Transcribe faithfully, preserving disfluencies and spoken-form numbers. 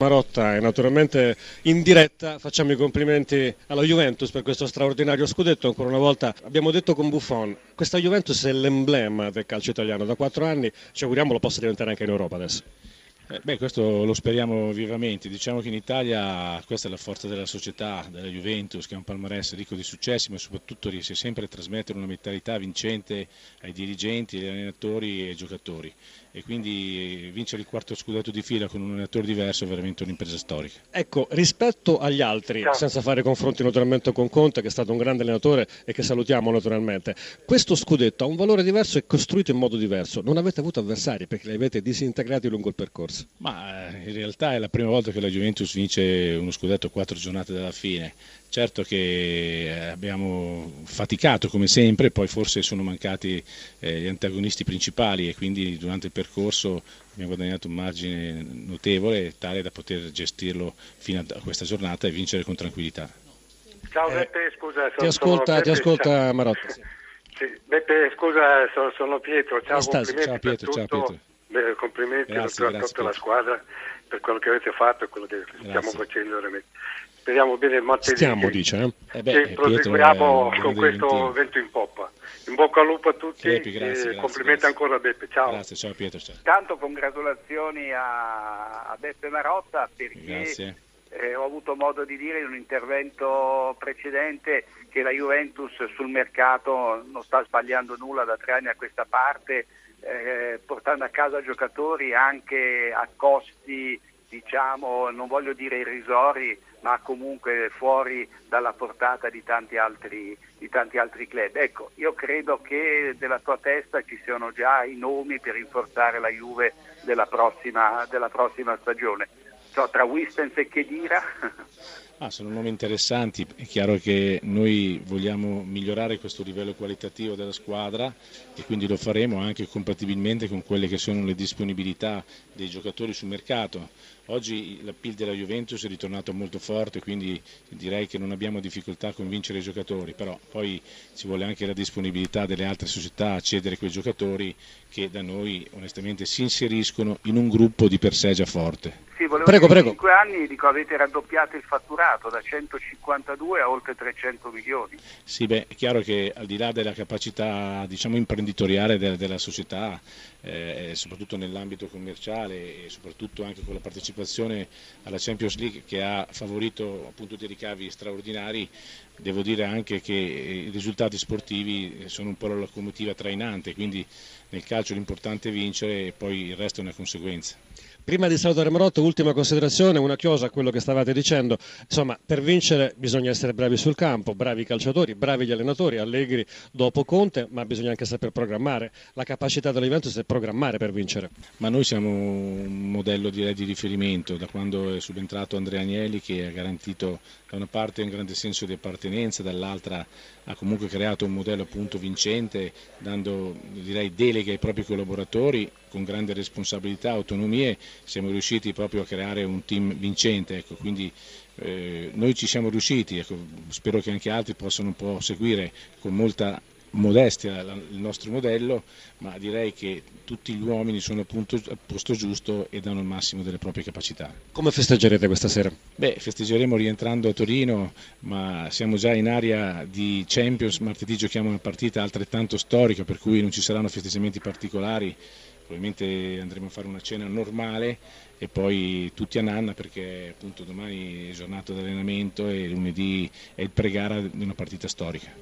Marotta, e naturalmente in diretta facciamo i complimenti alla Juventus per questo straordinario scudetto. Ancora una volta abbiamo detto con Buffon, questa Juventus è l'emblema del calcio italiano da quattro anni, ci auguriamo lo possa diventare anche in Europa adesso. Eh, beh, questo lo speriamo vivamente. Diciamo che in Italia questa è la forza della società, della Juventus, che è un palmarès ricco di successi, ma soprattutto riesce sempre a trasmettere una mentalità vincente ai dirigenti, agli allenatori e ai giocatori. E quindi vincere il quarto scudetto di fila con un allenatore diverso è veramente un'impresa storica. Ecco, rispetto agli altri, senza fare confronti naturalmente con Conte, che è stato un grande allenatore e che salutiamo naturalmente, questo scudetto ha un valore diverso e costruito in modo diverso. Non avete avuto avversari perché li avete disintegrati lungo il percorso. Ma in realtà è la prima volta che la Juventus vince uno scudetto a quattro giornate dalla fine. Certo che abbiamo faticato come sempre, poi forse sono mancati eh, gli antagonisti principali e quindi durante il percorso abbiamo guadagnato un margine notevole tale da poter gestirlo fino a questa giornata e vincere con tranquillità. Ciao Beppe, scusa, sono, ti ascolta, sono ti ascolta Marotta. Sì. Sì. Beppe, scusa, sono, sono Pietro, ciao, Stasi, complimenti ciao Pietro, per tutto, ciao Pietro. Beh, complimenti Grazie, per grazie, tutta la Pietro. squadra, per quello che avete fatto e quello che Grazie. stiamo facendo veramente. Speriamo bene il martedì Stiamo, che, dice, eh? Eh beh, che Pietro proseguiamo è un con grande questo Juventino. vento in poppa. In bocca al lupo a tutti Crepi, e grazie, grazie, complimenti grazie. ancora a Beppe, ciao. Grazie, ciao Pietro. Ciao. Tanto congratulazioni a, a Beppe Marotta perché Grazie. eh, ho avuto modo di dire in un intervento precedente che la Juventus sul mercato non sta sbagliando nulla da tre anni a questa parte, eh, portando a casa giocatori anche a costi, diciamo, non voglio dire irrisori, ma comunque fuori dalla portata di tanti altri, di tanti altri club. Ecco, io credo che della tua testa ci siano già i nomi per rinforzare la Juve della prossima, della prossima stagione. So, tra Wistens e Khedira. Ah, sono nomi interessanti, è chiaro che noi vogliamo migliorare questo livello qualitativo della squadra e quindi lo faremo anche compatibilmente con quelle che sono le disponibilità dei giocatori sul mercato. Oggi l'appeal della Juventus è ritornato molto forte, quindi direi che non abbiamo difficoltà a convincere i giocatori, però poi ci vuole anche la disponibilità delle altre società a cedere quei giocatori che da noi onestamente si inseriscono in un gruppo di per sé già forte. Sì, volevo Prego, dire, prego. in cinque anni dico, avete raddoppiato il fatturato da centocinquantadue a oltre trecento milioni. Sì, beh, è chiaro che al di là della capacità, diciamo, imprenditoriale della, della società, eh, soprattutto nell'ambito commerciale e soprattutto anche con la partecipazione alla Champions League che ha favorito appunto dei ricavi straordinari, devo dire anche che i risultati sportivi sono un po' la locomotiva trainante, quindi nel calcio l'importante è vincere e poi il resto è una conseguenza. Prima di salutare Marotta, ultima considerazione, una chiosa a quello che stavate dicendo. Insomma, per vincere bisogna essere bravi sul campo, bravi calciatori, bravi gli allenatori, Allegri dopo Conte, ma bisogna anche saper programmare. La capacità della Juventus è programmare per vincere. Ma noi siamo un modello direi di riferimento da quando è subentrato Andrea Agnelli, che ha garantito da una parte un grande senso di appartenenza, dall'altra ha comunque creato un modello appunto vincente, dando direi deleghe ai propri collaboratori con grande responsabilità, autonomie. Siamo riusciti proprio a creare un team vincente, ecco, quindi eh, noi ci siamo riusciti, ecco, spero che anche altri possano un po' seguire con molta modestia il nostro modello, ma direi che tutti gli uomini sono appunto al posto giusto e danno il massimo delle proprie capacità. Come festeggerete questa sera? Beh, festeggeremo rientrando a Torino, ma siamo già in area di Champions, martedì giochiamo una partita altrettanto storica per cui non ci saranno festeggiamenti particolari, probabilmente andremo a fare una cena normale e poi tutti a nanna perché appunto domani è giornata di allenamento e lunedì è il pre-gara di una partita storica.